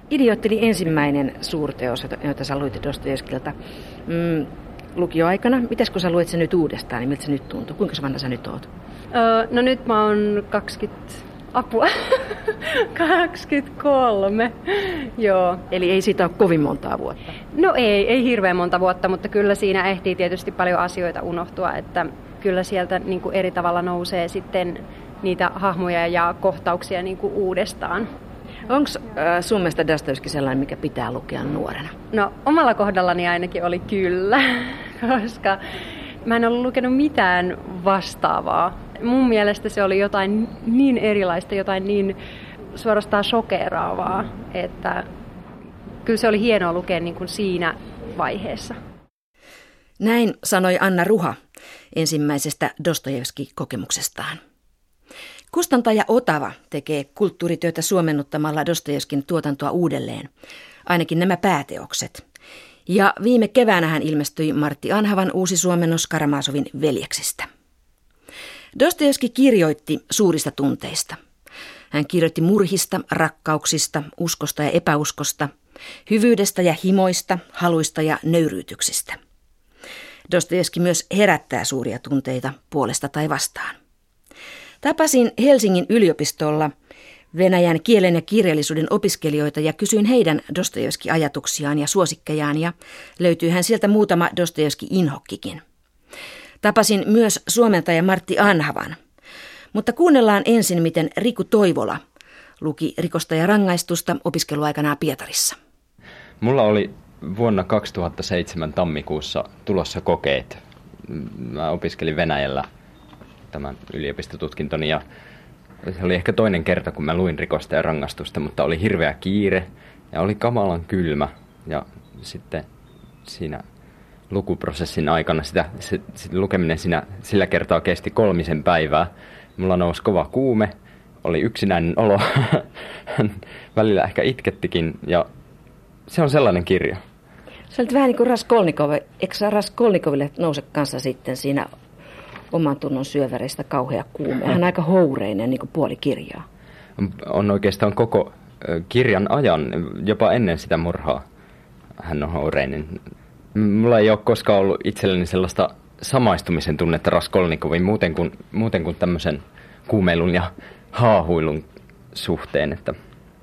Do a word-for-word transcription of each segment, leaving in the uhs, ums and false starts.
Idiootti oli ensimmäinen suurteos, jota sä luit Dostojevskilta mm, lukioaikana. Mitäs kun sä luet sen nyt uudestaan, niin miltä se nyt tuntuu? Kuinka vanha sä nyt oot? Öö, no nyt mä oon kaksikymmentä, apua, kaksikymmentäkolme, joo. Eli ei siitä ole kovin montaa vuotta? No ei, ei hirveän monta vuotta, mutta kyllä siinä ehtii tietysti paljon asioita unohtua, että kyllä sieltä niin kuin eri tavalla nousee sitten niitä hahmoja ja kohtauksia niin kuin uudestaan. Onko äh, sun mielestä Dostojevski sellainen, mikä pitää lukea nuorena? No omalla kohdallani ainakin oli kyllä, koska mä en ollut lukenut mitään vastaavaa. Mun mielestä se oli jotain niin erilaista, jotain niin suorastaan shokeraavaa, että kyllä se oli hienoa lukea niin kuin siinä vaiheessa. Näin sanoi Anna Ruha ensimmäisestä Dostojevski-kokemuksestaan. Kustantaja Otava tekee kulttuurityötä suomennuttamalla Dostojevskin tuotantoa uudelleen, ainakin nämä pääteokset. Ja viime keväänähän ilmestyi Martti Anhavan uusi suomennos Karamazovin veljeksistä. Dostojevski kirjoitti suurista tunteista. Hän kirjoitti murhista, rakkauksista, uskosta ja epäuskosta, hyvyydestä ja himoista, haluista ja nöyryytyksistä. Dostojevski myös herättää suuria tunteita puolesta tai vastaan. Tapasin Helsingin yliopistolla Venäjän kielen ja kirjallisuuden opiskelijoita ja kysyin heidän Dostojevski-ajatuksiaan ja suosikkejaan ja löytyyhän sieltä muutama Dostojevski-inhokkikin. Tapasin myös suomentaja Martti Anhavan, mutta kuunnellaan ensin, miten Riku Toivola luki Rikosta ja rangaistusta opiskeluaikanaan Pietarissa. Mulla oli vuonna kaksituhattaseitsemän tammikuussa tulossa kokeet. Mä opiskelin Venäjällä tämän yliopistotutkintoni ja se oli ehkä toinen kerta, kun mä luin Rikosta ja rangaistusta, mutta oli hirveä kiire ja oli kamalan kylmä ja sitten siinä lukuprosessin aikana sitä, se, se lukeminen siinä, sillä kertaa kesti kolmisen päivää. Mulla nousi kova kuume, oli yksinäinen olo, välillä ehkä itkettikin ja se on sellainen kirja. Sä olet vähän niin kuin Raskolnikov. Eikö Raskolnikoville nouse kanssa sitten siinä oman tunnon syöväreistä kauhea kuume? Hän on aika houreinen niin kuin puoli kirjaa. On oikeastaan koko kirjan ajan, jopa ennen sitä murhaa hän on houreinen. Mulla ei ole koskaan ollut itselleni sellaista samaistumisen tunnetta Raskolnikoviin muuten kuin, muuten kuin tämmöisen kuumeilun ja haahuilun suhteen. Että,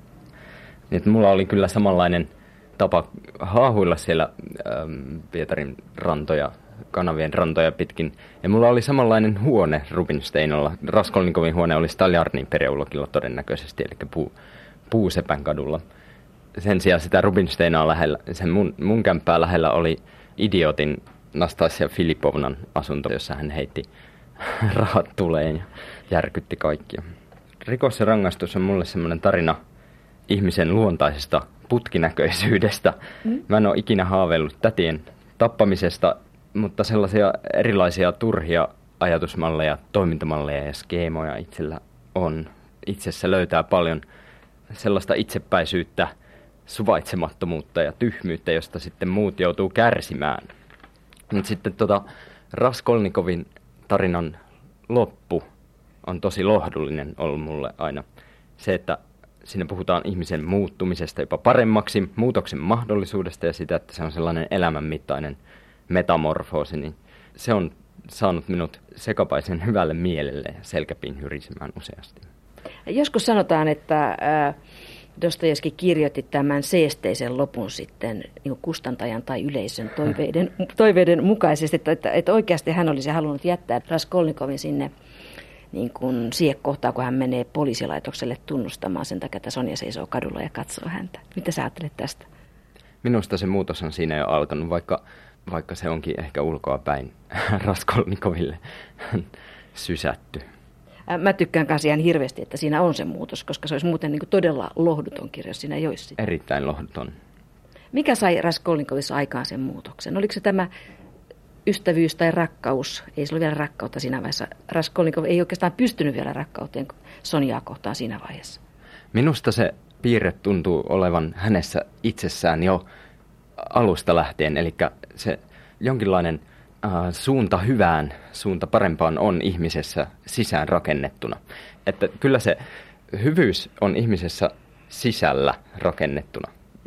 että mulla oli kyllä samanlainen tapa haahuilla siellä ähm, Pietarin rantoja, kanavien rantoja pitkin. Ja mulla oli samanlainen huone Rubinsteinolla. Raskolnikovin huone oli Staljarnin pereulokilla todennäköisesti, eli puu, Puusepän kadulla. Sen sijaan sitä Rubinsteinoa lähellä, sen mun, mun kämppää lähellä oli Idiotin Nastasia Filipovnan asunto, jossa hän heitti rahat tuleen ja järkytti kaikkia. Rikos ja rangaistus on mulle semmoinen tarina ihmisen luontaisesta putkinäköisyydestä. Mm. Mä en ole ikinä haaveillut tätien tappamisesta, mutta sellaisia erilaisia turhia ajatusmalleja, toimintamalleja ja skeemoja itsellä on. Itsessä löytää paljon sellaista itsepäisyyttä, suvaitsemattomuutta ja tyhmyyttä, josta sitten muut joutuu kärsimään. Mutta sitten tota Raskolnikovin tarinan loppu on tosi lohdullinen ollut mulle aina. Se, että siinä puhutaan ihmisen muuttumisesta jopa paremmaksi, muutoksen mahdollisuudesta ja sitä, että se on sellainen elämänmittainen metamorfoosi, niin se on saanut minut sekapaisen hyvälle mielelle ja selkäpiin hyrisemään useasti. Joskus sanotaan, että Dostojevski kirjoitti tämän seesteisen lopun sitten niin kustantajan tai yleisön toiveiden, toiveiden mukaisesti, että, että oikeasti hän olisi halunnut jättää Raskolnikovin sinne niin kuin siihen kohtaan, kun hän menee poliisilaitokselle tunnustamaan sen takia, että Sonja seisoo kadulla ja katsoo häntä. Mitä sä ajattelet tästä? Minusta se muutos on siinä jo alkanut, vaikka, vaikka se onkin ehkä ulkoa päin Raskolnikoville sysätty. Mä tykkään kanssa ihan hirveästi, että siinä on se muutos, koska se olisi muuten niin kuin todella lohduton kirja, jos siinä ei olisi sitä. Erittäin lohduton. Mikä sai Raskolnikovissa aikaan sen muutoksen? Oliko se tämä ystävyys tai rakkaus? Ei se ole vielä rakkautta siinä vaiheessa. Raskolnikov ei oikeastaan pystynyt vielä rakkauteen Sonjaa kohtaan siinä vaiheessa. Minusta se piirre tuntuu olevan hänessä itsessään jo alusta lähtien, eli se jonkinlainen äh, suunta hyvään, suunta parempaan on ihmisessä sisään rakennettuna. Että kyllä se hyvyys on ihmisessä sisällä rakennettuna.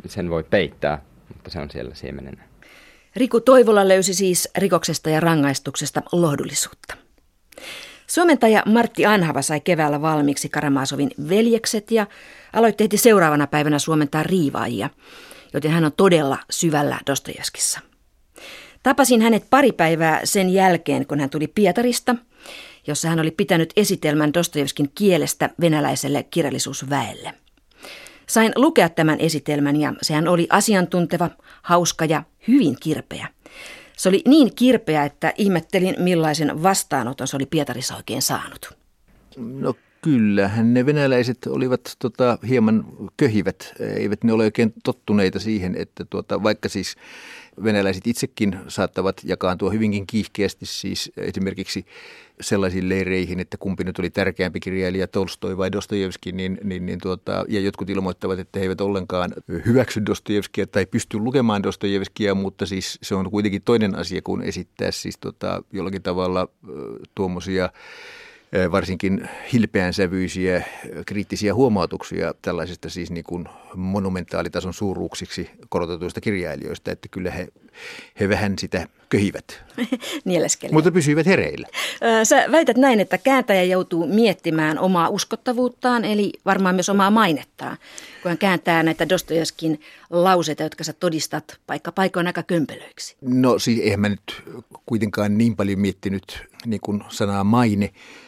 sen voi peittää, mutta se on siellä siemenenä. Riku Toivola löysi siis rikoksesta ja rangaistuksesta lohdullisuutta. Suomentaja Martti Anhava sai keväällä valmiiksi Karamazovin Veljekset ja aloitti heti seuraavana päivänä suomentaa Riivaajia, joten hän on todella syvällä Dostojevskissa. Tapasin hänet pari päivää sen jälkeen, kun hän tuli Pietarista, jossa hän oli pitänyt esitelmän Dostojevskin kielestä venäläiselle kirjallisuusväelle. Sain lukea tämän esitelmän ja sehän oli asiantunteva, hauska ja hyvin kirpeä. Se oli niin kirpeä, että ihmettelin millaisen vastaanoton se oli Pietarissa oikein saanut. No kyllähän ne venäläiset olivat tota, hieman köhivät, eivät ne ole oikein tottuneita siihen, että tuota, vaikka siis venäläiset itsekin saattavat jakaantua hyvinkin kiihkeästi siis esimerkiksi sellaisiin leireihin, että kumpi nyt oli tärkeämpi kirjailija, Tolstoi vai Dostojevski, niin, niin, niin tuota, ja jotkut ilmoittavat, että he eivät ollenkaan hyväksy Dostojevskia tai pysty lukemaan Dostojevskia, mutta siis se on kuitenkin toinen asia kuin esittää siis tota, jollakin tavalla tuommoisia varsinkin hilpeänsävyisiä kriittisiä huomautuksia tällaisista siis niin kuin monumentaalitason suuruuksiksi korotetuista kirjailijoista, että kyllä he, he vähän sitä köhivät. Nieleskeli. Mutta pysyivät hereillä. Sä väität näin, että kääntäjä joutuu miettimään omaa uskottavuuttaan, eli varmaan myös omaa mainettaan, kun hän kääntää näitä Dostojevskin lauseita, jotka sä todistat paikka paikoin aika kömpelöiksi. No siis eihän mä nyt kuitenkaan niin paljon miettinyt niin kuin sanaa maine.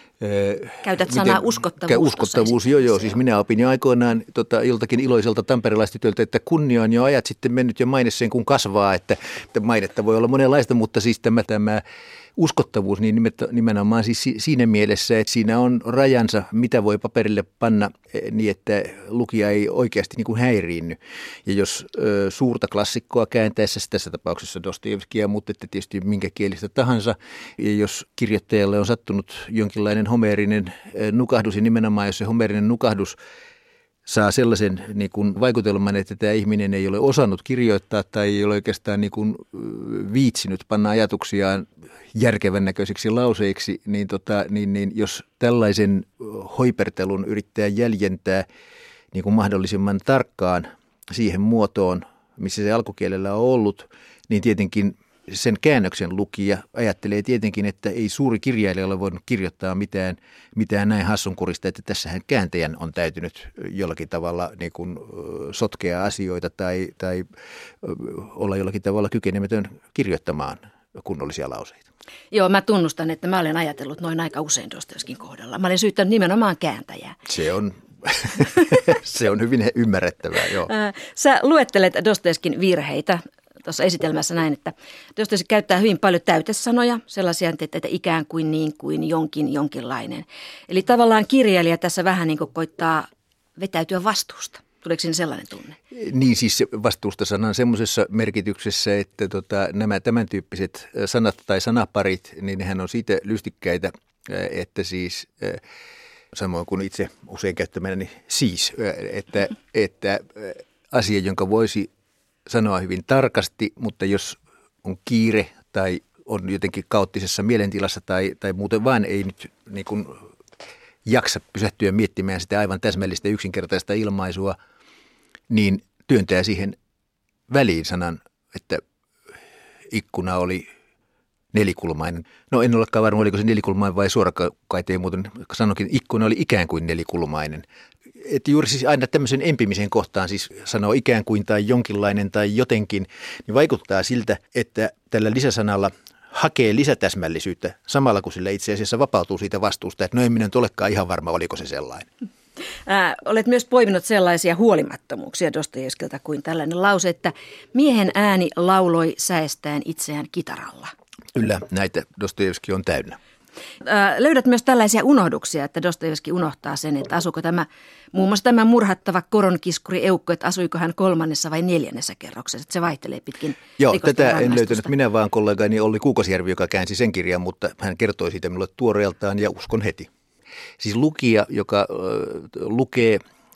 Käytät sanaa uskottavuus. Uskottavuus, joo joo. Siis minä opin jo aikoinaan tota, joltakin iloiselta tamperelaistytöltä, että kunnia on jo ajat sitten mennyt ja maine sen kun kasvaa, että, että mainetta voi olla monenlaista, mutta siis tämä, tämä uskottavuus niin nimenomaan siis siinä mielessä, että siinä on rajansa, mitä voi paperille panna niin, että lukija ei oikeasti niin kuin häiriinny. Ja jos ö, suurta klassikkoa kääntäessä, tässä tapauksessa Dostojevskia, mutta että tietysti minkä kielistä tahansa, ja jos kirjoittajalle on sattunut jonkinlainen homeerinen nukahdus, ja nimenomaan jos se homeerinen nukahdus saa sellaisen niin kuin vaikutelman, että tämä ihminen ei ole osannut kirjoittaa tai ei ole oikeastaan niin kuin viitsinyt panna ajatuksiaan järkevän näköisiksi lauseiksi, niin, tota, niin, niin jos tällaisen hoipertelun yrittää jäljentää niin kuin mahdollisimman tarkkaan siihen muotoon, missä se alkukielellä on ollut, niin tietenkin sen käännöksen lukija ajattelee tietenkin, että ei suuri kirjailija ole voinut kirjoittaa mitään, mitään näin hassunkurista, että tässähän kääntäjän on täytynyt jollakin tavalla niin kuin sotkea asioita tai, tai olla jollakin tavalla kykenemätön kirjoittamaan kunnollisia lauseita. Joo, mä tunnustan, että mä olen ajatellut noin aika usein Dostojevskin kohdalla. Mä olen syyttänyt nimenomaan kääntäjää. Se on, se on hyvin ymmärrettävää, joo. Sä luettelet Dostojevskin virheitä. Tuossa esitelmässä näin, että Dostojevski käyttää hyvin paljon täytesanoja, sellaisia, että ikään kuin niin kuin jonkin jonkinlainen. Eli tavallaan kirjailija tässä vähän niin kuin koittaa vetäytyä vastuusta. Tuleeko siinä sellainen tunne? Niin siis vastuusta sanan semmoisessa merkityksessä, että tota, nämä tämän tyyppiset sanat tai sanaparit, niin nehän on siitä lystikkäitä, että siis samoin kuin itse usein käyttämänä, niin siis, että, että asia, jonka voisi sanoa hyvin tarkasti, mutta jos on kiire tai on jotenkin kaoottisessa mielentilassa tai, tai muuten vaan ei nyt niin kuin jaksa pysähtyä miettimään sitä aivan täsmällistä yksinkertaista ilmaisua, niin työntää siihen väliin sanan, että ikkuna oli nelikulmainen. No en olekaan varma, oliko se nelikulmainen vai suorakaiteen muuten sanokin, ikkuna oli ikään kuin nelikulmainen. Että juuri siis aina tämmöisen empimisen kohtaan siis sanoo ikään kuin tai jonkinlainen tai jotenkin, niin vaikuttaa siltä, että tällä lisäsanalla hakee lisätäsmällisyyttä samalla kun sillä itse asiassa vapautuu siitä vastuusta, että no en minä nyt olekaan ihan varma, oliko se sellainen. Ää, olet myös poiminut sellaisia huolimattomuuksia Dostojevskilta kuin tällainen lause, että miehen ääni lauloi säestään itseään kitaralla. Kyllä, näitä Dostojevski on täynnä. Ää, löydät myös tällaisia unohduksia, että Dostojevski unohtaa sen, että asuiko tämä, muun muassa tämä murhattava koronkiskuri Eukko, että asuiko hän kolmannessa vai neljännessä kerroksessa, että se vaihtelee pitkin. Joo, tätä en löytänyt minä vaan kollegani Olli Kuukasjärvi, joka käänsi sen kirjan, mutta hän kertoi siitä minulle tuoreeltaan ja uskon heti. Siis lukija, joka äh, lukee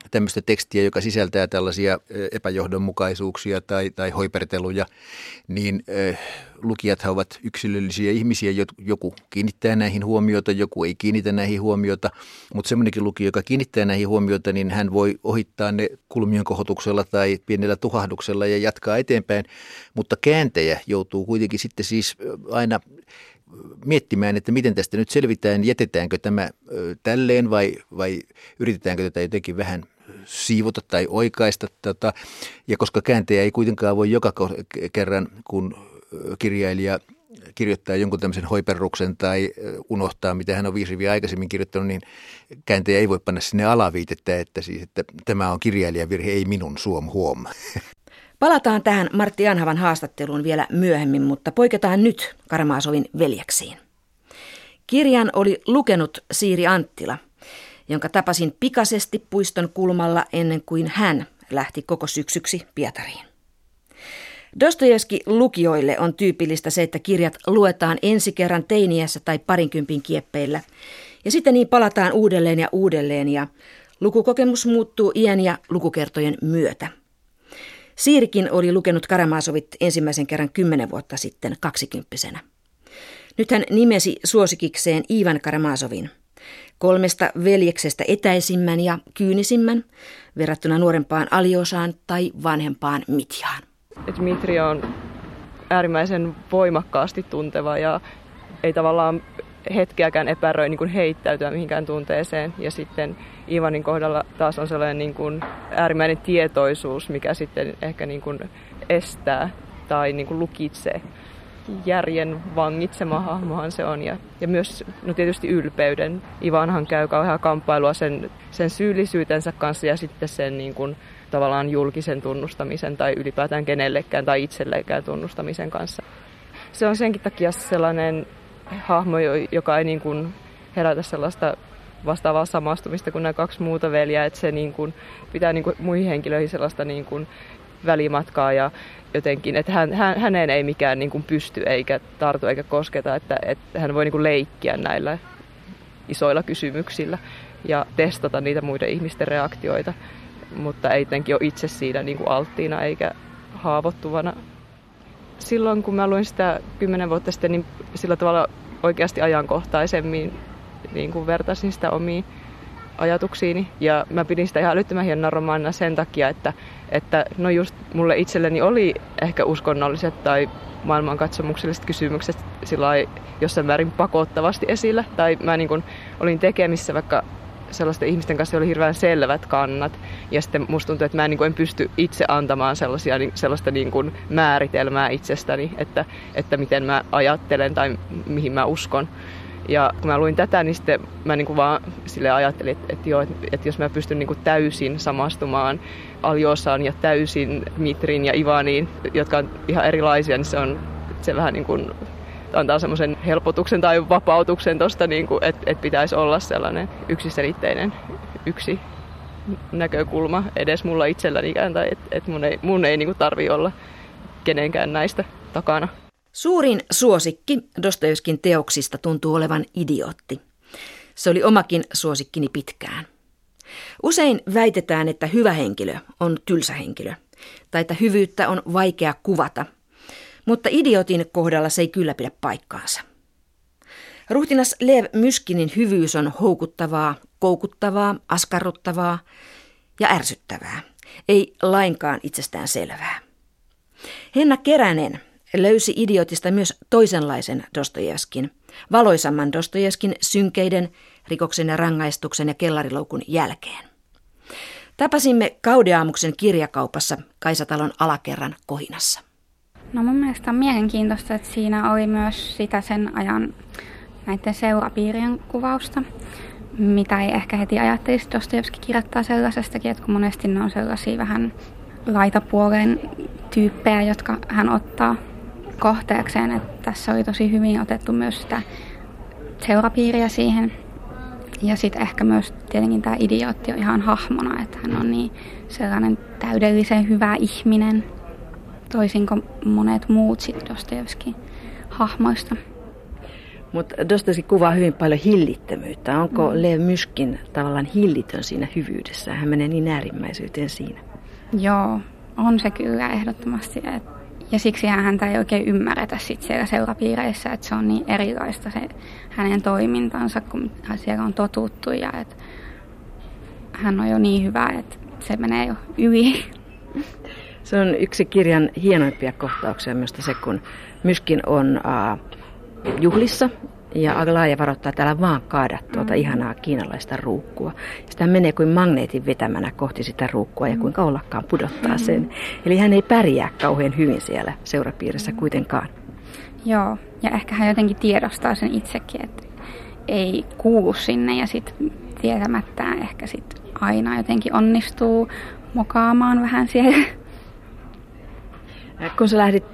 tämmöistä tekstiä, joka sisältää tällaisia epäjohdonmukaisuuksia tai, tai hoiperteluja, niin äh, lukijathan ovat yksilöllisiä ihmisiä, joku kiinnittää näihin huomiota, joku ei kiinnitä näihin huomiota, mutta semmoinenkin lukija, joka kiinnittää näihin huomiota, niin hän voi ohittaa ne kulmion kohotuksella tai pienellä tuhahduksella ja jatkaa eteenpäin, mutta kääntäjä joutuu kuitenkin sitten siis aina miettimään, että miten tästä nyt selvitään, jätetäänkö tämä tälleen vai, vai yritetäänkö tätä jotenkin vähän siivota tai oikaista. Tota, ja koska kääntäjä ei kuitenkaan voi joka kerran, kun kirjailija kirjoittaa jonkun tämmöisen hoiperruksen tai unohtaa, mitä hän on viisi riviä aikaisemmin kirjoittanut, niin kääntäjä ei voi panna sinne alaviitettä, että, siis, että tämä on kirjailijan virhe, ei minun, suom huom. Palataan tähän Martti Anhavan haastatteluun vielä myöhemmin, mutta poiketaan nyt Karamazovin veljeksiin. Kirjan oli lukenut Siiri Anttila, jonka tapasin pikaisesti puiston kulmalla ennen kuin hän lähti koko syksyksi Pietariin. Dostojevski lukijoille on tyypillistä se, että kirjat luetaan ensi kerran teiniässä tai parinkympin kieppeillä, ja sitten niin palataan uudelleen ja uudelleen, ja lukukokemus muuttuu iän ja lukukertojen myötä. Siirikin oli lukenut Karamazovit ensimmäisen kerran kymmenen vuotta sitten kaksikymppisenä. Nyt hän nimesi suosikikseen Ivan Karamazovin, kolmesta veljeksestä etäisimmän ja kyynisimmän, verrattuna nuorempaan Aljosaan tai vanhempaan Mitjaan. Dmitri on äärimmäisen voimakkaasti tunteva ja ei tavallaan hetkeäkään epäröi niin kuin heittäytyä mihinkään tunteeseen. Ja sitten Ivanin kohdalla taas on sellainen niin kuin äärimmäinen tietoisuus, mikä sitten ehkä niin kuin estää tai niin kuin lukitsee. Järjen vangitsema hahmohan se on ja, ja myös no tietysti ylpeyden. Ivanhan käy kauheaa kamppailua sen, sen syyllisyytensä kanssa ja sitten sen niin kuin, tavallaan julkisen tunnustamisen tai ylipäätään kenellekään tai itsellekään tunnustamisen kanssa. Se on senkin takia sellainen hahmo, joka ei niin kuin herätä sellaista vastaavaa samastumista kuin nämä kaksi muuta veljeä, että se niin kuin pitää niin kuin muihin henkilöihin sellaista niin kuin välimatkaa ja jotenkin, että hän, hän, häneen ei mikään niin kuin pysty eikä tartu eikä kosketa, että, että hän voi niin kuin leikkiä näillä isoilla kysymyksillä ja testata niitä muiden ihmisten reaktioita, mutta ei jotenkin ole itse siinä niin kuin alttiina eikä haavoittuvana. Silloin kun mä luin sitä kymmenen vuotta sitten, niin sillä tavalla oikeasti ajankohtaisemmin niin kuin vertaisin sitä omiin ajatuksiini. Ja mä pidin sitä ihan älyttömän hienona romaanina sen takia, että, että no just mulle itselleni oli ehkä uskonnolliset tai maailmankatsomukselliset kysymykset sillai jossain määrin pakottavasti esillä. Tai mä niin kuin olin tekemissä vaikka sellaisten ihmisten kanssa oli hirveän selvät kannat. Ja sitten musta tuntuu, että mä en, niin kuin, en pysty itse antamaan sellaisia, sellaista niin kuin määritelmää itsestäni, että, että miten mä ajattelen tai mihin mä uskon. Ja kun mä luin tätä, niin sitten mä niin kuin vaan sille ajattelin, että, että, joo, että jos mä pystyn niin kuin täysin samastumaan Aljosaan ja täysin Dmitrin ja Ivaniin, jotka on ihan erilaisia, niin se on se vähän niin kuin antaa semmoisen helpotuksen tai vapautuksen tosta, niin kuin, että, että pitäisi olla sellainen yksiselitteinen yksi näkökulma edes mulla itsellänikään, tai että, että mun ei, mun ei niin kuin tarvitse olla kenenkään näistä takana. Suurin suosikki Dostojevskin teoksista tuntuu olevan Idiootti. Se oli omakin suosikkini pitkään. Usein väitetään, että hyvä henkilö on tylsä henkilö, tai että hyvyyttä on vaikea kuvata, mutta Idiotin kohdalla se ei kyllä pidä paikkaansa. Ruhtinas Lev Myskinin hyvyys on houkuttavaa, koukuttavaa, askarruttavaa ja ärsyttävää, ei lainkaan itsestään selvää. Henna Keränen löysi Idiotista myös toisenlaisen Dostojevskin, valoisamman Dostojevskin synkeiden rikoksen ja rangaistuksen ja kellariloukun jälkeen. Tapasimme Kaudeaamuksen kirjakaupassa Kaisatalon alakerran kohinassa. No mun mielestä on mielenkiintoista, että siinä oli myös sitä sen ajan näiden seurapiirien kuvausta, mitä ei ehkä heti ajattelisi. Dostojevski kirjoittaa sellaisestakin, että kun monesti ne on sellaisia vähän laitapuolen tyyppejä, jotka hän ottaa kohteekseen, että tässä oli tosi hyvin otettu myös sitä seurapiiriä siihen. Ja sitten ehkä myös tietenkin tämä Idiootti on ihan hahmona, että hän on niin sellainen täydellisen hyvä ihminen, toisin kuin monet muut sitten Dostojevskin hahmoista. Mutta Dostojevski kuvaa hyvin paljon hillittömyyttä. Onko mm. Lev Myskin tavallaan hillitön siinä hyvyydessä? Hän menee niin äärimmäisyyteen siinä. Joo, on se kyllä ehdottomasti. Ja siksi häntä ei oikein ymmärretä sit siellä seurapiireissä, että se on niin erilaista se hänen toimintansa, kun siellä on totuttu. Ja että hän on jo niin hyvä, että se menee jo yli. Se on yksi kirjan hienoimpia kohtauksia myös se, kun Myskin on äh, juhlissa ja Aglaja varoittaa, että älä vaan kaada tuota mm. ihanaa kiinalaista ruukkua. Sitä menee kuin magneetin vetämänä kohti sitä ruukkua ja kuinka ollakaan pudottaa sen. Mm. Eli hän ei pärjää kauhean hyvin siellä seurapiirissä mm. kuitenkaan. Joo, ja ehkä hän jotenkin tiedostaa sen itsekin, että ei kuulu sinne ja sitten tietämättään ehkä sit aina jotenkin onnistuu mokaamaan vähän siellä. Kun sä lähdit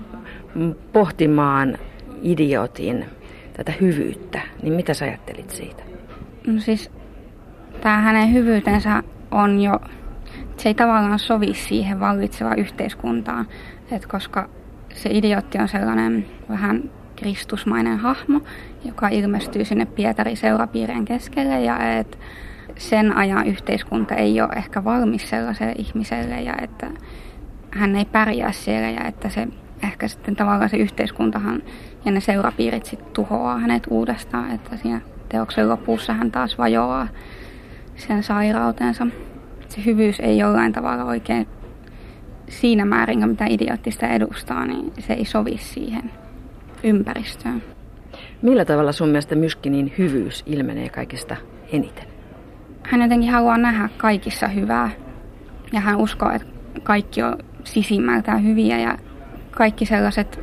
pohtimaan Idiotin tätä hyvyyttä, niin mitä sä ajattelit siitä? No siis tämä hänen hyvyytensä on jo, se ei tavallaan sovi siihen vallitsevaan yhteiskuntaan, et koska se Idiotti on sellainen vähän kristusmainen hahmo, joka ilmestyy sinne Pietarin seurapiirien keskelle ja et sen ajan yhteiskunta ei ole ehkä valmis sellaiselle ihmiselle ja että hän ei pärjää siellä ja että se ehkä sitten tavallaan se yhteiskuntahan ja ne seurapiirit sitten tuhoaa hänet uudestaan, että siinä teoksen lopussa hän taas vajoaa sen sairautensa. Se hyvyys ei jollain tavalla oikein siinä määrin, mitä Idioottista edustaa, niin se ei sovi siihen ympäristöön. Millä tavalla sun mielestä Myskinin hyvyys ilmenee kaikista eniten? Hän jotenkin haluaa nähdä kaikissa hyvää ja hän uskoo, että kaikki on sisimmältään hyviä ja kaikki sellaiset,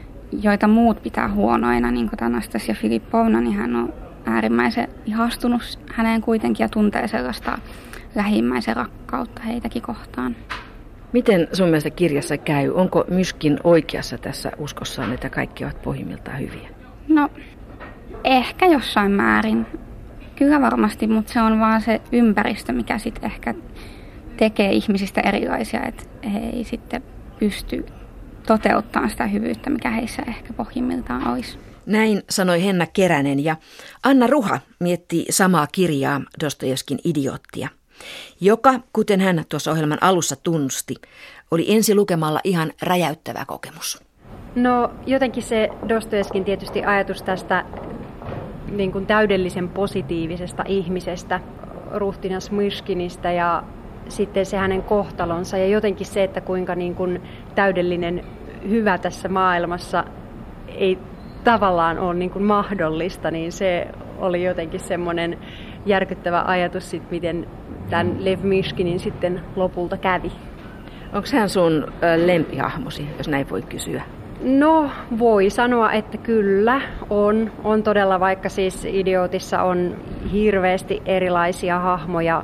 joita muut pitää huonoina, niin kuin Anastasia Filippovna, niin hän on äärimmäisen ihastunut häneen kuitenkin ja tuntee sellaista lähimmäisen rakkautta heitäkin kohtaan. Miten sun mielestä kirjassa käy? Onko Myskin oikeassa tässä uskossaan, että kaikki ovat pohjimmiltaan hyviä? No, ehkä jossain määrin. Kyllä varmasti, mutta se on vaan se ympäristö, mikä sitten ehkä tekee ihmisistä erilaisia, että he ei sitten pysty toteuttamaan sitä hyvyyttä, mikä heissä ehkä pohjimmiltaan olisi. Näin sanoi Henna Keränen ja Anna Ruha mietti samaa kirjaa Dostojevskin Idioottia, joka, kuten hän tuossa ohjelman alussa tunnusti, oli ensi lukemalla ihan räjäyttävä kokemus. No jotenkin se Dostojevskin tietysti ajatus tästä niin kuin täydellisen positiivisesta ihmisestä, ruhtinas Myškinistä ja sitten se hänen kohtalonsa ja jotenkin se, että kuinka niin kuin täydellinen hyvä tässä maailmassa ei tavallaan ole niin kuin mahdollista, niin se oli jotenkin semmoinen järkyttävä ajatus, sit, miten tämän Lev Myškinin sitten lopulta kävi. Onko hän sun lempihahmosi, jos näin voi kysyä? No, voi sanoa, että kyllä on. On todella, vaikka siis Idiootissa on hirveästi erilaisia hahmoja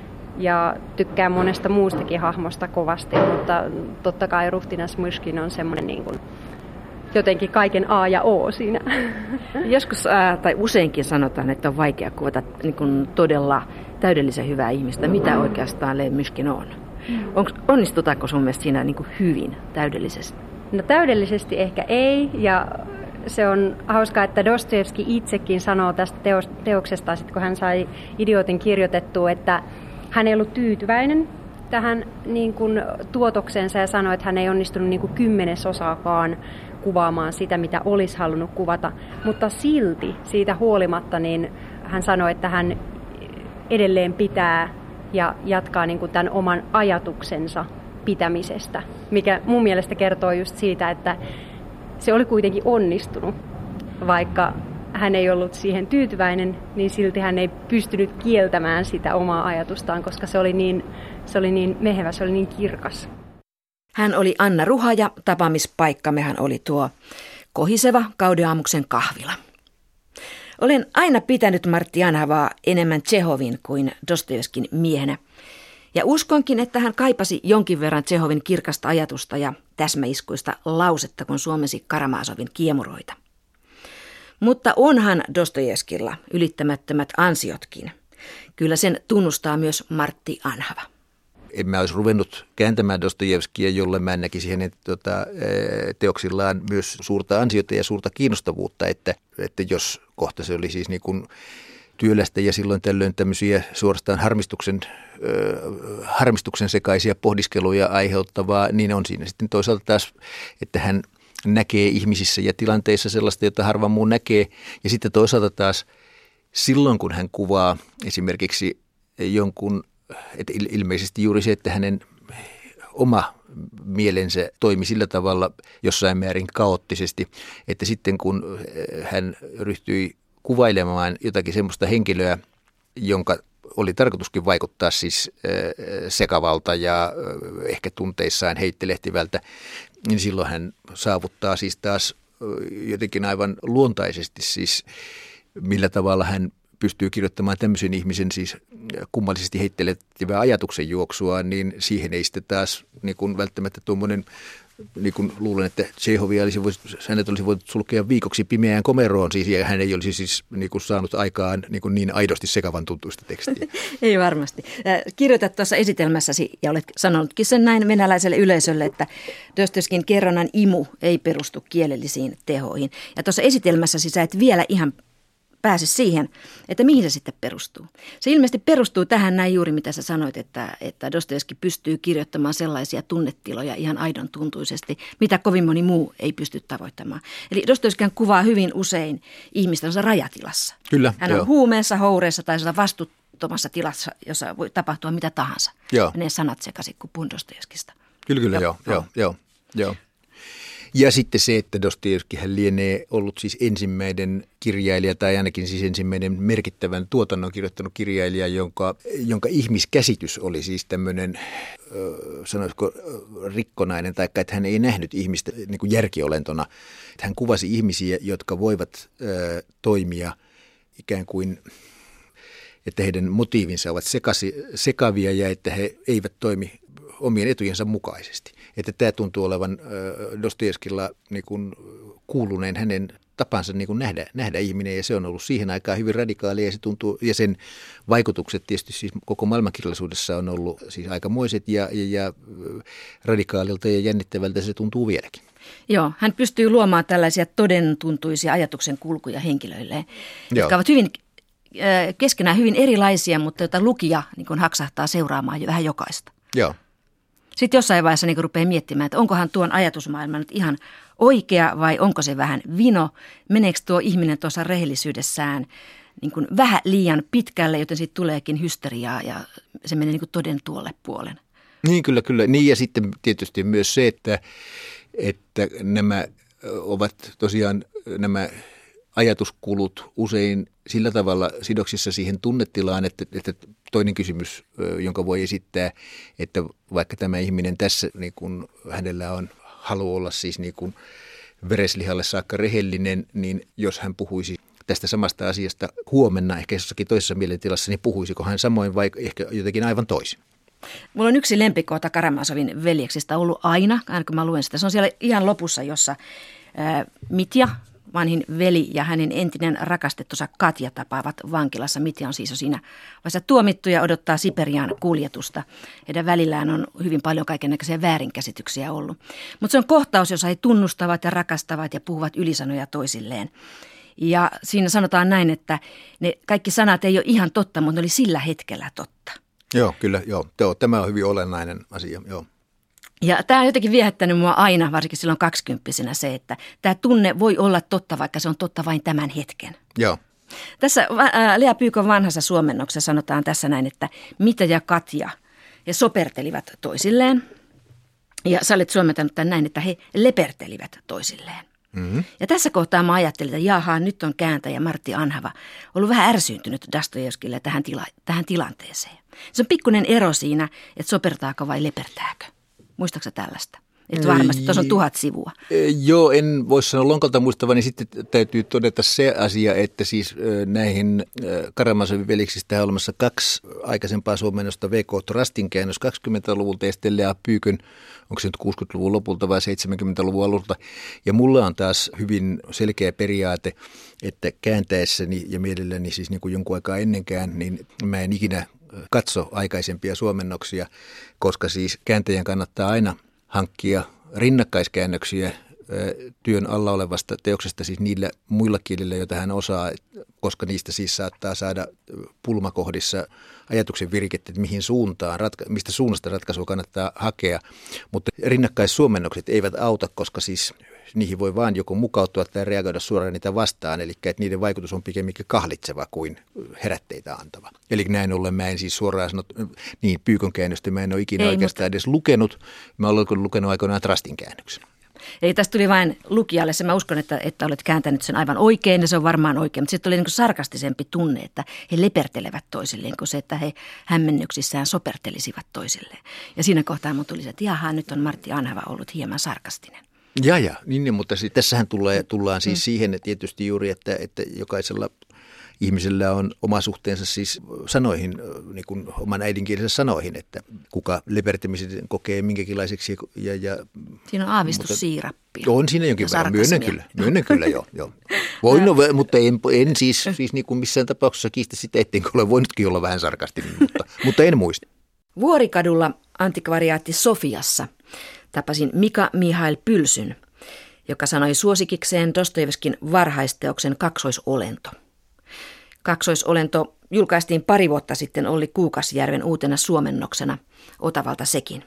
ja tykkään monesta muustakin hahmosta kovasti, mutta totta kai ruhtinas Myškin on semmoinen niin kuin jotenkin kaiken A ja O siinä. Joskus ää, tai useinkin sanotaan, että on vaikea kuvata niin kuin todella täydellisen hyvää ihmistä. Mitä oikeastaan Lev Myškin on? Onks, onnistutaanko sun mielestä siinä niin kuin hyvin, täydellisesti? No täydellisesti ehkä ei, ja se on hauskaa, että Dostojevski itsekin sanoo tästä teoksesta, sit kun hän sai Idiootin kirjoitettua, että hän ei ollut tyytyväinen tähän niin kuin tuotoksensa ja sanoi, että hän ei onnistunut niin kuin kymmenesosaakaan kuvaamaan sitä, mitä olisi halunnut kuvata, mutta silti siitä huolimatta niin hän sanoi, että hän edelleen pitää ja jatkaa niin kuin tämän oman ajatuksensa pitämisestä, mikä mun mielestä kertoo just siitä, että se oli kuitenkin onnistunut, vaikka hän ei ollut siihen tyytyväinen, niin silti hän ei pystynyt kieltämään sitä omaa ajatustaan, koska se oli niin, se oli niin mehevä, se oli niin kirkas. Hän oli Anna Ruha ja tapaamispaikkammehan oli tuo kohiseva Gaudeamuksen kahvila. Olen aina pitänyt Martti Anhavaa enemmän Tšehovin kuin Dostojevskin miehenä. Ja uskonkin, että hän kaipasi jonkin verran Tšehovin kirkasta ajatusta ja täsmäiskuista lausetta, kun suomensi Karamazovin kiemuroita. Mutta onhan Dostojevskilla ylittämättömät ansiotkin. Kyllä sen tunnustaa myös Martti Anhava. en mä olisi ruvennut kääntämään Dostojevskia, jolle mä näkisin hänen tota, teoksillaan myös suurta ansiota ja suurta kiinnostavuutta, että, että jos kohta se oli siis niin kuin työlästä ja silloin tällöin tämmöisiä suorastaan harmistuksen, ö, harmistuksen sekaisia pohdiskeluja aiheuttavaa, niin on siinä sitten toisaalta taas, että hän näkee ihmisissä ja tilanteissa sellaista, jota harva muu näkee. Ja sitten toisaalta taas silloin, kun hän kuvaa esimerkiksi jonkun, että ilmeisesti juuri se, että hänen oma mielensä toimi sillä tavalla jossain määrin kaoottisesti, että sitten kun hän ryhtyi kuvailemaan jotakin semmoista henkilöä, jonka oli tarkoituskin vaikuttaa siis sekavalta ja ehkä tunteissaan heittelehtivältä, niin silloin hän saavuttaa siis taas jotenkin aivan luontaisesti siis millä tavalla hän pystyy kirjoittamaan tämmöisen ihmisen siis kummallisesti heittelehtivää ajatuksen juoksua, niin siihen ei sitten taas niin kuin välttämättä tuommoinen, niin kuin luulen, että Tšehovia olisi voisi, hänet olisi voinut sulkea viikoksi pimeään komeroon, siis, ja hän ei olisi siis niin kuin saanut aikaan niin, kuin niin aidosti sekavan tuntuista tekstiä. Ei varmasti. Kirjoitat tuossa esitelmässäsi, ja olet sanonutkin sen näin venäläiselle yleisölle, että Dostojevskin kerronnan imu ei perustu kielellisiin tehoihin. Ja tuossa esitelmässäsi sä et vielä ihan pääse siihen, että mihin se sitten perustuu. Se ilmeisesti perustuu tähän näin juuri, mitä sä sanoit, että, että Dostojevski pystyy kirjoittamaan sellaisia tunnetiloja ihan aidon tuntuisesti, mitä kovin moni muu ei pysty tavoittamaan. Eli Dostojevski kuvaa hyvin usein ihmistä rajatilassa. Kyllä, Hän on joo. huumeessa, houreessa tai vastuuttomassa tilassa, jossa voi tapahtua mitä tahansa. Joo. Ja ne sanat sekaisin, kun puhun Dostojevskista. Kyllä, kyllä, joo, joo, joo, joo. Ja sitten se, että Dostojevski hän lienee ollut siis ensimmäinen kirjailija tai ainakin siis ensimmäinen merkittävän tuotannon kirjoittanut kirjailija, jonka, jonka ihmiskäsitys oli siis tämmöinen, sanoisiko rikkonainen, tai että hän ei nähnyt ihmistä niin kuin järkiolentona. Että hän kuvasi ihmisiä, jotka voivat ö, toimia ikään kuin, että heidän motiivinsa ovat sekasi, sekavia ja että he eivät toimi omien etujensa mukaisesti. Että tämä tuntuu olevan Dostojevskilla niin kuin kuuluneen hänen tapansa niin kuin nähdä, nähdä ihminen, ja se on ollut siihen aikaan hyvin radikaalia, ja se tuntuu, ja sen vaikutukset tietysti siis koko maailmankirjallisuudessa on ollut siis aikamoiset, ja, ja, ja radikaalilta ja jännittävältä se tuntuu vieläkin. Joo, hän pystyy luomaan tällaisia todentuntuisia ajatuksen kulkuja henkilöilleen, Joo. jotka ovat hyvin keskenään hyvin erilaisia, mutta joita lukija niin kuin haksahtaa seuraamaan jo vähän jokaista. Joo. Sitten jossain vaiheessa niin rupeaa miettimään, että onkohan tuon ajatusmaailma nyt ihan oikea vai onko se vähän vino. Meneekö tuo ihminen tuossa rehellisyydessään niin kuin vähän liian pitkälle, joten siitä tuleekin hysteriaa ja se menee niin kuin toden tuolle puolen. Niin kyllä, kyllä. Niin ja sitten tietysti myös se, että, että nämä ovat tosiaan nämä ajatuskulut usein sillä tavalla sidoksissa siihen tunnetilaan, että, että toinen kysymys, jonka voi esittää, että vaikka tämä ihminen tässä, niin kun hänellä on halu olla siis niin kuin vereslihalle saakka rehellinen, niin jos hän puhuisi tästä samasta asiasta huomenna, ehkä jossakin toisessa mielentilassa, niin puhuisiko hän samoin vai ehkä jotenkin aivan toisin? Mulla on yksi lempikohta Karamazovin veljeksistä ollut aina, aina kun mä luen sitä. Se on siellä ihan lopussa, jossa ää, Mitja, vanhin veli ja hänen entinen rakastettunsa Katja tapaavat vankilassa. Mitja on siis jo siinä vaiheessa tuomittu ja odottaa Siperiaan kuljetusta. Heidän välillään on hyvin paljon kaikennäköisiä väärinkäsityksiä ollut. Mutta se on kohtaus, jossa he tunnustavat ja rakastavat ja puhuvat ylisanoja toisilleen. Ja siinä sanotaan näin, että ne kaikki sanat ei ole ihan totta, mutta ne oli sillä hetkellä totta. Joo, kyllä, joo. joo tämä on hyvin olennainen asia, joo. Ja tämä on jotenkin viehättänyt mua aina, varsinkin silloin kaksikymppisenä se, että tämä tunne voi olla totta, vaikka se on totta vain tämän hetken. Joo. Tässä ää, Lea Pyykön vanhassa suomennoksessa sanotaan tässä näin, että Mitja ja Katja he sopertelivat toisilleen. Ja sä olet suomentanut tämän näin, että he lepertelivät toisilleen. Mm-hmm. Ja tässä kohtaa mä ajattelin, että jaha, nyt on kääntäjä Martti Anhava ollut vähän ärsyyntynyt Dostojevskille tähän, tila- tähän tilanteeseen. Se on pikkuinen ero siinä, että sopertaako vai lepertääkö. Muistaaksä tällaista? Että varmasti tuossa on tuhat sivua. Joo, en voi sanoa lonkalta muistavani. Sitten täytyy todeta se asia, että siis näihin Karamazovin veliksistä on olemassa kaksi aikaisempaa suomennosta. V K Trastin käännös kaksikymmentäluvulta ja sitten Lea Pyykön, onko se nyt kuusikymmentäluvun lopulta vai seitsemänkymmentäluvun alulta. Ja mulla on taas hyvin selkeä periaate, että kääntäessäni ja mielelläni siis niin kuin jonkun aikaa ennenkään, niin mä en ikinä katso aikaisempia suomennoksia, koska siis kääntäjän kannattaa aina hankkia rinnakkaiskäännöksiä työn alla olevasta teoksesta siis niillä muilla kielillä, joita hän osaa, koska niistä siis saattaa saada pulmakohdissa ajatuksen virkettä, että mihin suuntaan, ratka- mistä suunnasta ratkaisua kannattaa hakea. Mutta rinnakkaissuomennokset eivät auta, koska siis niihin voi vaan joko mukautua tai reagoida suoraan niitä vastaan, eli että niiden vaikutus on pikemminkin kahlitseva kuin herätteitä antava. Eli näin ollen mä en siis suoraan sano, niin Pyykön käännöstä mä en ole ikinä Ei, oikeastaan mutta... edes lukenut. Mä olen lukenut aikoinaan Trustin käännöksen. Eli tästä tuli vain lukijalle se, mä uskon, että, että olet kääntänyt sen aivan oikein ja se on varmaan oikein, mutta sitten oli niin kuin sarkastisempi tunne, että he lepertelevät toisilleen kuin se, että he hämmennyksissään sopertelisivat toisilleen. Ja siinä kohtaa mun tuli se, että jaha, nyt on Martti Anhava ollut hieman sarkastinen. Ja, ja, niin, mutta siis, tässähän tulee, tullaan siis mm. siihen että tietysti juuri, että, että jokaisella ihmisellä on oma suhteensa siis sanoihin, niin kuin oman äidinkielensä sanoihin, että kuka lepertämisen kokee minkäkinlaiseksi. Ja, ja, siinä on aavistus siirappia. On siinä jonkin verran, myönnän kyllä, myönnän kyllä joo. joo. Voin, no, mutta en, en siis, siis niin kuin missään tapauksessa kiistä sitä, ettenkö ole voinutkin olla vähän sarkastinen, mutta, mutta en muista. Vuorikadulla antikvariaatti Sofiassa tapasin Mika Mihail Pylsyn, joka sanoi suosikikseen Dostojevskin varhaisteoksen Kaksoisolento. Kaksoisolento julkaistiin pari vuotta sitten Olli Kuukasjärven uutena suomennoksena, Otavalta sekin.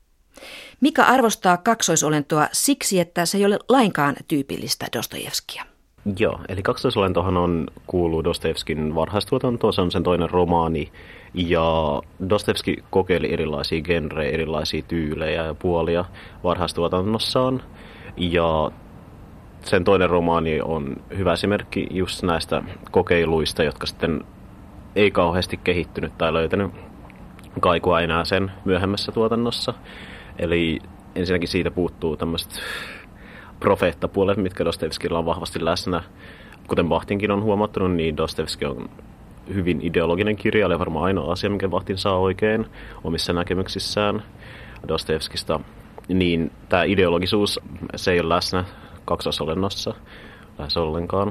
Mika arvostaa kaksoisolentoa siksi, että se ei ole lainkaan tyypillistä Dostojevskia. Joo, eli Kaksoisolentohan on, kuuluu Dostojevskin varhaistuotantoon, se on sen toinen romaani. Ja Dostojevski kokeili erilaisia genrejä, erilaisia tyylejä ja puolia varhaistuotannossaan. Ja sen toinen romaani on hyvä esimerkki just näistä kokeiluista, jotka sitten ei kauheasti kehittynyt tai löytänyt kaikua enää sen myöhemmässä tuotannossa. Eli ensinnäkin siitä puuttuu tämmöiset profeettapuolet, mitkä Dostojevskilla on vahvasti läsnä. Kuten Bachtinkin on huomattanut, niin Dostojevski on hyvin ideologinen kirjailija, varmaan ainoa asia, minkä Bachtin saa oikein omissa näkemyksissään Dostojevskista. Niin tämä ideologisuus, se ei ole läsnä kaksoisolennossa lähes ollenkaan,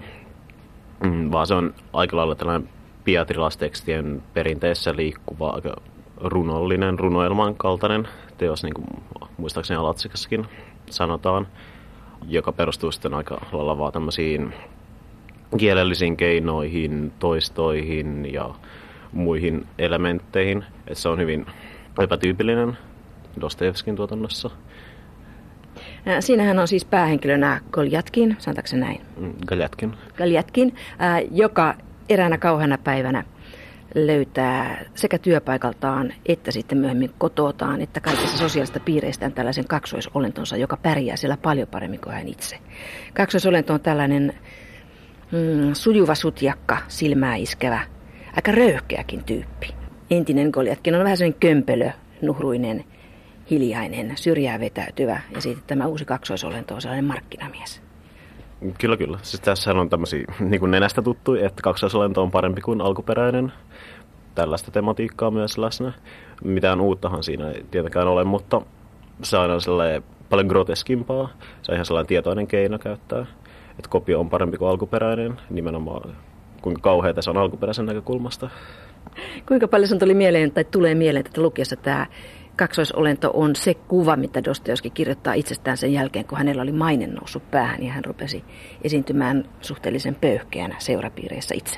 vaan se on aika lailla tällainen pietarilaistekstien perinteessä liikkuva, aika runollinen, runoelman kaltainen teos, niin kuin muistaakseni Alatsikassakin sanotaan, joka perustuu sitten aika lailla vaan tämmöisiin kielellisiin keinoihin, toistoihin ja muihin elementteihin. Et se on hyvin epätyypillinen Dostojevskin tuotannossa. Siinähän on siis päähenkilönä Goljatkin, sanotaanko se näin? Goljatkin. Goljatkin, joka eräänä kauheana päivänä löytää sekä työpaikaltaan että sitten myöhemmin kototaan, että kaikissa sosiaalista piireistään tällaisen kaksoisolentonsa, joka pärjää siellä paljon paremmin kuin hän itse. Kaksoisolento on tällainen mm, sujuva sutjakka, silmää iskevä, aika röyhkeäkin tyyppi. Entinen Goljatkin on vähän sellainen kömpelö, nuhruinen, hiljainen, syrjää vetäytyvä ja sitten tämä uusi kaksoisolento on sellainen markkinamies. Kyllä, kyllä. Siis tässähän on tämmöisiä niin kuin nenästä tuttuja, että kaksoisolento on parempi kuin alkuperäinen. Tällaista tematiikkaa myös läsnä. Mitään uuttahan siinä ei tietenkään ole, mutta se on aina paljon groteskimpaa. Se on ihan sellainen tietoinen keino käyttää, että kopio on parempi kuin alkuperäinen, nimenomaan kuinka kauheata se on alkuperäisen näkökulmasta. Kuinka paljon sun tuli mieleen tai tulee mieleen, että lukiessa tämä kaksoisolento on se kuva, mitä Dostojevski kirjoittaa itsestään sen jälkeen, kun hänellä oli maine noussut päähän ja hän rupesi esiintymään suhteellisen pöyhkeänä seurapiireissä itse.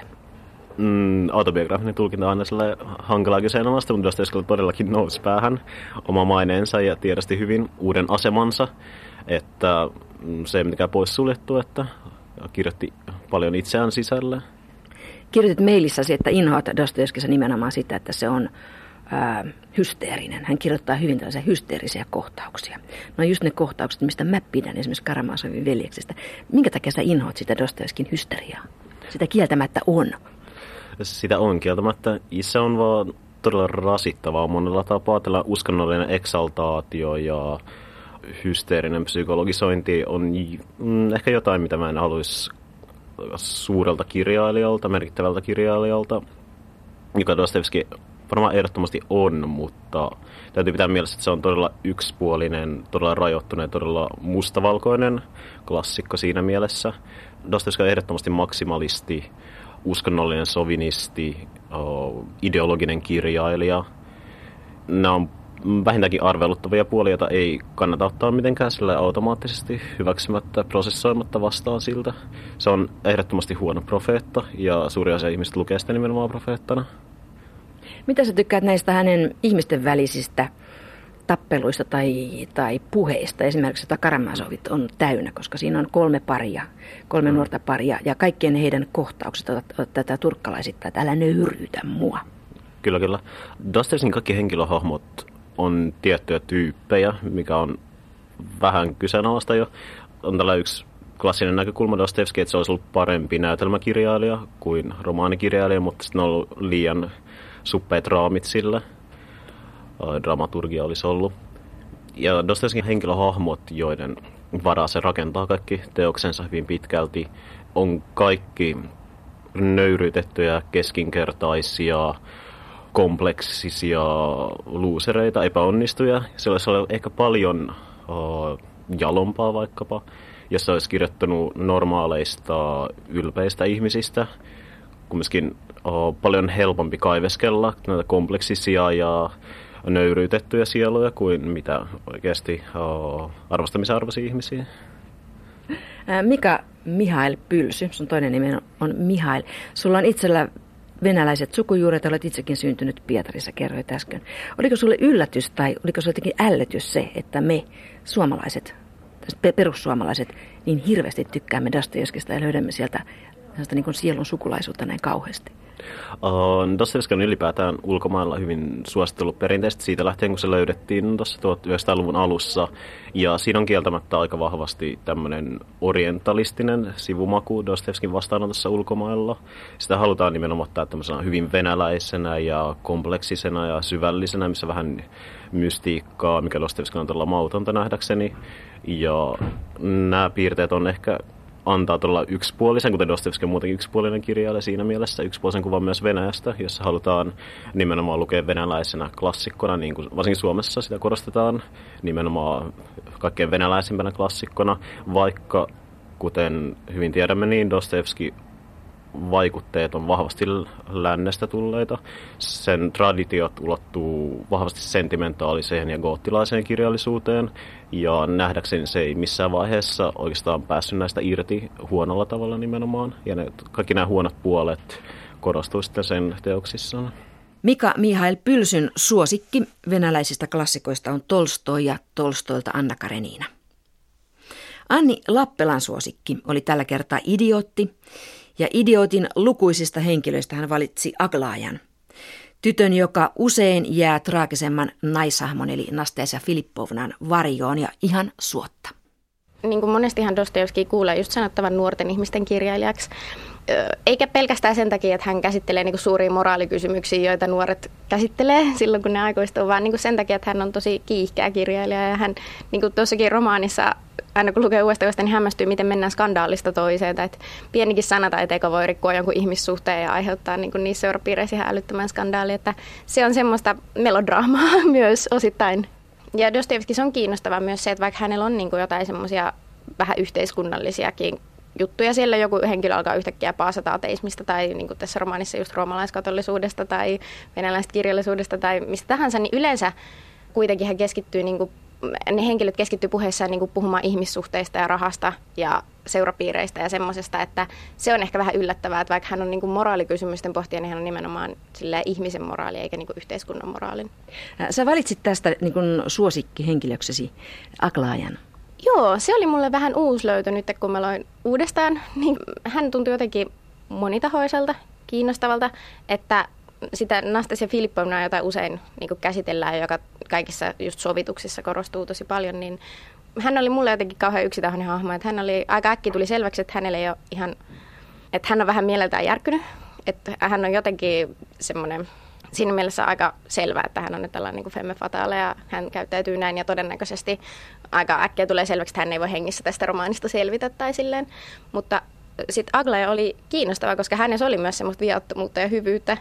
Mm, autobiografinen tulkinta on aina sellainen hankala kyseenalaista, mutta Dostojevski todellakin nousi päähän oma maineensa ja tiedosti hyvin uuden asemansa, että se ei mitenkään poissuljettu, että kirjoitti paljon itseään sisälle. Kirjoitit mailissasi, että inhoat Dostojevskissa nimenomaan sitä, että se on ää, hysteerinen. Hän kirjoittaa hyvin tällaisia hysteerisiä kohtauksia. No just ne kohtaukset, mistä mä pidän esimerkiksi Karamazovin veljeksestä. Minkä takia sä inhoat sitä Dostojevskin hysteriaa? Sitä kieltämättä on. Sitä on kieltämättä. Se on vaan todella rasittavaa monella tapaa. Tällä uskonnollinen eksaltaatio ja hysteerinen psykologisointi on ehkä jotain, mitä mä en haluaisi suurelta kirjailijalta, merkittävältä kirjailijalta, joka Dostojevski varmaan ehdottomasti on, mutta täytyy pitää mielessä, että se on todella yksipuolinen, todella rajoittunut, todella mustavalkoinen klassikko siinä mielessä. Dostojevski on ehdottomasti maksimalisti, uskonnollinen sovinisti, ideologinen kirjailija. Nämä on vähintäänkin arveluttavia puolia, joita ei kannata ottaa mitenkään sillä automaattisesti hyväksymättä, prosessoimatta vastaan siltä. Se on ehdottomasti huono profeetta ja suuri osa ihmistä lukee sitä nimenomaan profeettana. Mitä sä tykkäät näistä hänen ihmisten välisistä tappeluista tai, tai puheista? Esimerkiksi jota Karamazovit on täynnä, koska siinä on kolme paria, kolme mm. nuorta paria ja kaikkien heidän kohtaukset ovat, ovat tätä turkkalaisittain, että älä nöyryytä mua. Kyllä, kyllä. Dostoevskin kaikki henkilöhahmot on tiettyjä tyyppejä, mikä on vähän kyseenalaista jo. On tällä yksi klassinen näkökulma Dostoevski, että se olisi ollut parempi näytelmäkirjailija kuin romaanikirjailija, mutta sitten on ollut liian suppeat raamit sillä. Dramaturgia olisi ollut. Ja Dostoevskin henkilöhahmot, joiden varaa se rakentaa kaikki teoksensa hyvin pitkälti, on kaikki nöyryytettyjä, keskinkertaisia, kompleksisia luusereita, epäonnistuja. Se olisi ollut ehkä paljon uh, jalompaa vaikkapa, jos se olisi kirjoittanut normaaleista, ylpeistä ihmisistä. Kumminkin uh, paljon helpompi kaiveskella näitä kompleksisia ja nöyryytettyjä sieluja kuin mitä oikeasti uh, arvostamisarvoisia ihmisiä. Mika Mihail Pylsy, sun toinen nimi on Mihail. Sulla on itsellä venäläiset sukujuuret, olet itsekin syntynyt Pietarissa, kerroit äsken. Oliko sulle yllätys tai oliko sulle jotenkin ällötys se, että me suomalaiset, perussuomalaiset, niin hirveästi tykkäämme Dostojevskista ja löydämme sieltä niin kuin sielun sukulaisuutta näin kauheasti? Uh, Dostojevski on ylipäätään ulkomailla hyvin suositellut perinteisesti siitä lähtien, kun se löydettiin tuossa tuhatyhdeksänsataaluvun alussa. Ja siinä on kieltämättä aika vahvasti tämmöinen orientalistinen sivumaku Dostojevskin vastaanotossa ulkomailla. Sitä halutaan nimenomaan ottaa tämmöisenä hyvin venäläisenä ja kompleksisena ja syvällisenä, missä vähän mystiikkaa, mikä Dostojevskin on todella mautonta nähdäkseni. Ja nämä piirteet on ehkä antaa todella yksipuolisen, kuten Dostojevski on muutenkin yksipuolinen kirjailija siinä mielessä, yksipuolisen kuvan myös Venäjästä, jossa halutaan nimenomaan lukea venäläisenä klassikkona, niin kuin varsinkin Suomessa sitä korostetaan nimenomaan kaikkein venäläisimpänä klassikkona, vaikka kuten hyvin tiedämme, niin Dostojevski vaikutteet on vahvasti lännestä tulleita. Sen traditiot ulottuu vahvasti sentimentaaliseen ja goottilaiseen kirjallisuuteen, ja nähdäkseni se ei missään vaiheessa oikeastaan päässyt näistä irti huonolla tavalla nimenomaan, ja ne, kaikki nämä huonot puolet korostuu sitten sen teoksissaan. Mika Mihail Pylsyn suosikki venäläisistä klassikoista on Tolstoi ja Tolstoilta Anna Karenina. Anni Lappelan suosikki oli tällä kertaa Idiootti, ja Idiootin lukuisista henkilöistä hän valitsi Aglaajan, tytön, joka usein jää traagisemman naishahmon eli Nastasia Filippovnan varjoon ja ihan suotta. Niin kuin monestihan Dostojevski kuulee just sanottavan nuorten ihmisten kirjailijaksi, eikä pelkästään sen takia, että hän käsittelee niin kuin suuria moraalikysymyksiä, joita nuoret käsittelee silloin, kun ne aikuistuu, vaan niin kuin sen takia, että hän on tosi kiihkeä kirjailija. Ja hän niin kuin tuossakin romaanissa, aina kun lukee uudestaan, niin hämmästyy, miten mennään skandaalista toiseen. Että pienikin sana tai teko voi rikkoa jonkun ihmissuhteen ja aiheuttaa niin kuin niissä seurapiireissä ihan älyttömän skandaali. Että se on semmoista melodraamaa myös osittain. Ja Dostojevskissa on kiinnostavaa myös se, että vaikka hänellä on niin kuin jotain semmoisia vähän yhteiskunnallisiakin juttuja, siellä joku henkilö alkaa yhtäkkiä paasata ateismista tai niin kuin tässä romaanissa just roomalaiskatollisuudesta tai venäläisestä kirjallisuudesta tai mistä tahansa, niin yleensä kuitenkin hän keskittyy, niin kuin, ne henkilöt keskittyy puheessaan niin kuin puhumaan ihmissuhteista ja rahasta ja seurapiireistä ja semmoisesta, että se on ehkä vähän yllättävää, että vaikka hän on niin kuin moraalikysymysten pohtija, niin hän on nimenomaan ihmisen moraali eikä niin kuin yhteiskunnan moraalin. Sä valitsit tästä niin kuin suosikkihenkilöksesi Aglaajan. Joo, se oli mulle vähän uusi löytö nyt, kun mä loin uudestaan. Niin hän tuntui jotenkin monitahoiselta, kiinnostavalta, että sitä Nastasia Filippovnaa, jota usein niin kuin käsitellään, joka kaikissa just sovituksissa korostuu tosi paljon, niin hän oli mulle jotenkin kauhean yksitahoinen hahmo. Että hän oli, aika äkkiä tuli selväksi, että hänelle ei ole ihan, että hän on vähän mieleltään järkynyt, että hän on jotenkin semmoinen siinä mielessä aika selvää, että hän on nyt tällainen niin femme fatale ja hän käyttäytyy näin ja todennäköisesti aika äkkiä tulee selväksi, että hän ei voi hengissä tästä romaanista selvitä tai silleen. Mutta sitten Aglaja oli kiinnostava, koska hänessä oli myös semmoista viattomuutta ja hyvyyttä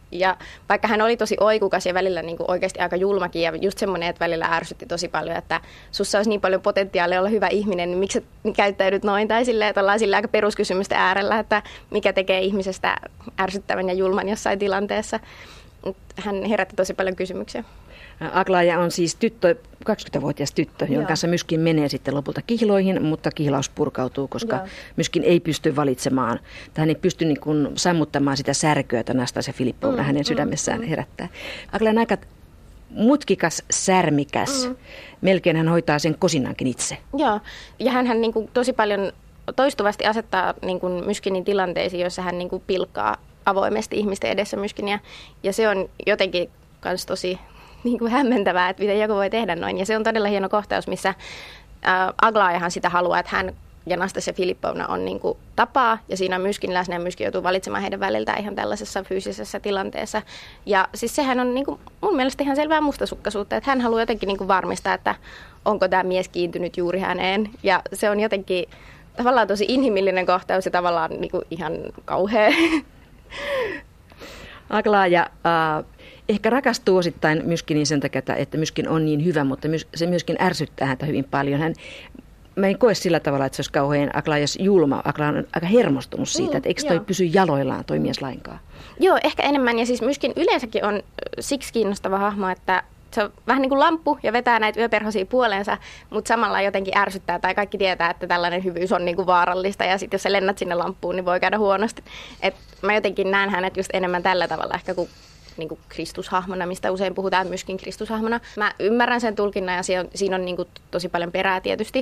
Ja vaikka hän oli tosi oikukas ja välillä niin kuin oikeasti aika julmakin ja just semmoinen, että välillä ärsytti tosi paljon, että sussa olisi niin paljon potentiaalia olla hyvä ihminen, niin miksi sä käyttäydyt noin? Tai silleen, että ollaan sillä aika peruskysymysten äärellä, että mikä tekee ihmisestä ärsyttävän ja julman jossain tilanteessa. Hän herätti tosi paljon kysymyksiä. Aglaja on siis tyttö, kaksikymmentävuotias tyttö, jonka kanssa Myskin menee sitten lopulta kihloihin, mutta kihlaus purkautuu, koska Joo. Myskin ei pysty valitsemaan, tai hän ei pysty niin kuin sammuttamaan sitä särkyä, jota Nastasia Filippovna mm, hänen sydämessään mm, herättää. Aglaja on aika mutkikas, särmikäs. Mm. Melkein hän hoitaa sen kosinankin itse. Joo, ja hän niin kuin tosi paljon toistuvasti asettaa niin kuin Myskinin tilanteisiin, joissa hän niin kuin pilkkaa avoimesti ihmisten edessä Myskiniä, ja se on jotenkin myös tosi niin kuin hämmentävää, että miten joku voi tehdä noin. Ja se on todella hieno kohtaus, missä ää, Aglajahan sitä haluaa, että hän ja Nastasia Filippovna on niin kuin tapaa, ja siinä on Myskin läsnä, ja Myskin joutuu valitsemaan heidän väliltään ihan tällaisessa fyysisessä tilanteessa. Ja siis sehän on niin kuin mun mielestä ihan selvää mustasukkaisuutta, että hän haluaa jotenkin niin kuin varmistaa, että onko tämä mies kiintynyt juuri häneen. Ja se on jotenkin tavallaan tosi inhimillinen kohtaus ja tavallaan niin kuin ihan kauhea. Aglaja äh, ehkä rakastuu osittain Myskiniin sen takia, että Myskin on niin hyvä, mutta se myöskin ärsyttää häntä hyvin paljon. Hän, mä en koe sillä tavalla, että se olisi kauhean Aglajas julma. Aglaja on aika hermostunut siitä, mm, että eikö toi joo. pysy jaloillaan toi mies lainkaan? Joo, ehkä enemmän. Ja siis Myskin yleensäkin on siksi kiinnostava hahmo, että se on vähän niin kuin lamppu ja vetää näitä yöperhosia puoleensa, mutta samalla jotenkin ärsyttää tai kaikki tietää, että tällainen hyvyys on niin kuin vaarallista ja sitten jos sä lennät sinne lamppuun, niin voi käydä huonosti. Et mä jotenkin näen hänet just enemmän tällä tavalla ehkä kuin, niin kuin Kristushahmona, mistä usein puhutaan Myskin Kristushahmona. Mä ymmärrän sen tulkinnan ja siinä on, siinä on niin kuin tosi paljon perää tietysti,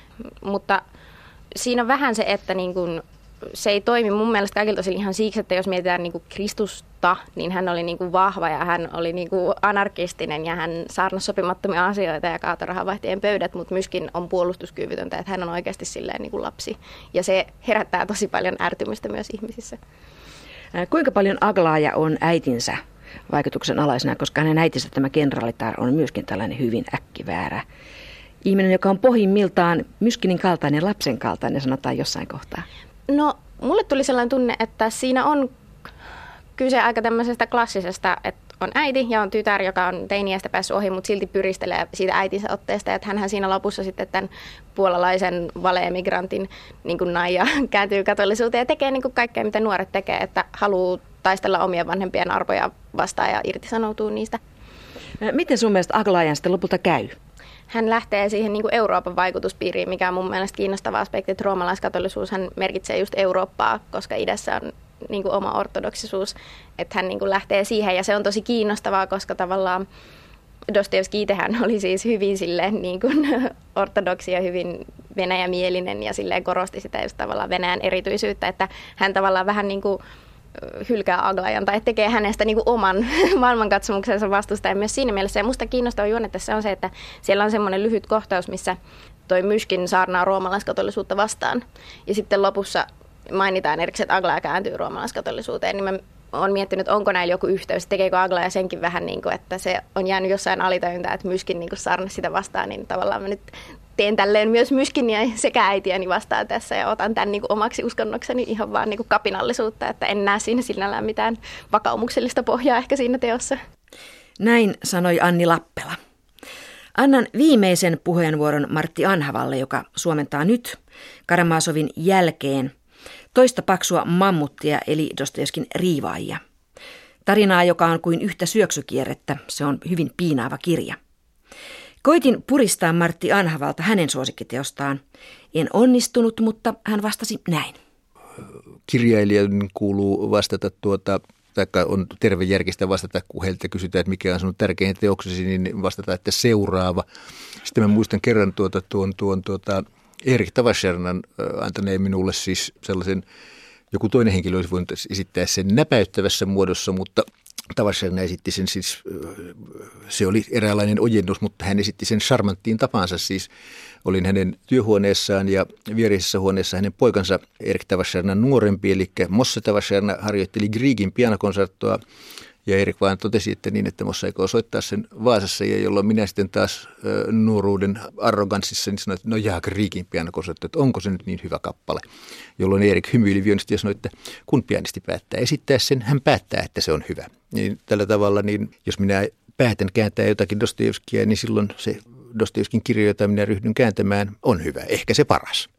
mutta siinä on vähän se, että niin kuin se ei toimi mun mielestä kaikilta tosi ihan siksi, että jos mietitään niin kuin Kristusta, niin hän oli niin kuin vahva ja hän oli niin kuin anarkistinen ja hän saarnasi sopimattomia asioita ja kaatoi rahavahtien pöydät, mutta Myskin on puolustuskyvytöntä, että hän on oikeasti silleen niin kuin lapsi. Ja se herättää tosi paljon ärtymystä myös ihmisissä. Kuinka paljon Aglaja on äitinsä vaikutuksen alaisena, koska hänen äitinsä tämä kenraalitar on myöskin tällainen hyvin äkkiväärä ihminen, joka on pohjimmiltaan Myskinin kaltainen, lapsen kaltainen, sanotaan jossain kohtaa. No, mulle tuli sellainen tunne, että siinä on kyse aika tämmöisestä klassisesta, että on äiti ja on tytär, joka on teiniästä päässyt ohi, mutta silti pyristelee siitä äitinsä otteesta. Että hänhän siinä lopussa sitten tämän puolalaisen vale-emigrantin niin kuin Naija kääntyy katolisuuteen ja tekee niin kuin kaikkea, mitä nuoret tekee, että haluaa taistella omien vanhempien arvoja vastaan ja irtisanoutuu niistä. Miten sun mielestä Aglajan sitten lopulta käy? Hän lähtee siihen niin kuin Euroopan vaikutuspiiriin, mikä on mun mielestä kiinnostava aspekti, että roomalaiskatolisuus hän merkitsee just Eurooppaa, koska idässä on niin kuin oma ortodoksisuus, että hän niin kuin lähtee siihen ja se on tosi kiinnostavaa, koska tavallaan Dostojevski itsehän oli siis hyvin silleen niin kuin ortodoksi ja hyvin venäjämielinen ja silleen korosti sitä just tavallaan Venäjän erityisyyttä, että hän tavallaan vähän niin kuin hylkää Aglajan tai tekee hänestä niin kuin oman maailmankatsomuksensa vastustajan myös siinä mielessä. Ja musta kiinnostava juonne tässä on se, että siellä on semmoinen lyhyt kohtaus, missä toi Myskin saarnaa roomalaiskatolisuutta vastaan. Ja sitten lopussa mainitaan erikseen, että Aglaja kääntyy roomalaiskatolisuuteen, niin mä oon miettinyt, onko näillä joku yhteys, tekeekö Aglaja senkin vähän niin kuin, että se on jäänyt jossain alitajuntaan, että Myskin niin kuin saarnasi sitä vastaan, niin tavallaan mä nyt teen tälleen myös Myskinia sekä äitiäni vastaan tässä ja otan tämän niin kuin omaksi uskonnokseni ihan vaan niin kuin kapinallisuutta, että en näe siinä sinällään mitään vakaumuksellista pohjaa ehkä siinä teossa. Näin sanoi Anni Lappela. Annan viimeisen puheenvuoron Martti Anhavalle, joka suomentaa nyt Karamazovin jälkeen toista paksua mammuttia eli Dostojevskin Riivaajia. Tarinaa, joka on kuin yhtä syöksykierrettä, se on hyvin piinaava kirja. Koitin puristaa Martti Anhavalta hänen suosikkiteostaan. En onnistunut, mutta hän vastasi näin. Kirjailijan kuuluu vastata tuota, tai on tervejärkistä vastata, kun heiltä kysytään, että mikä on sinun tärkein teoksesi, niin vastata, että seuraava. Sitten mä muistan kerran tuota, tuon, tuon tuota, Erik Tavashernan antaneen minulle siis sellaisen, joku toinen henkilö olisi voinut esittää sen näpäyttävässä muodossa, mutta Tavasherna esitti sen siis, se oli eräänlainen ojennus, mutta hän esitti sen charmanttiin tapansa. Siis olin hänen työhuoneessaan ja viereisessä huoneessa hänen poikansa Erik Tavashernan nuorempi, eli Mosse Tavasherna harjoitteli Griegin pianokonserttoa Ja Erik vaan totesi, että niin, että Mossa aikoo soittaa sen Vaasassa, ja jolloin minä sitten taas ö, nuoruuden arroganssissa niin sanoin, että no Jaak Riikin pianokonsertto, että onko se nyt niin hyvä kappale. Jolloin Erik hymyili violinisti ja sanoi, että kun pianisti päättää esittää sen, hän päättää, että se on hyvä. Niin tällä tavalla, niin jos minä päätän kääntää jotakin Dostojevskia, niin silloin se Dostojevskin kirja, jota minä ryhdyn kääntämään, on hyvä, ehkä se paras.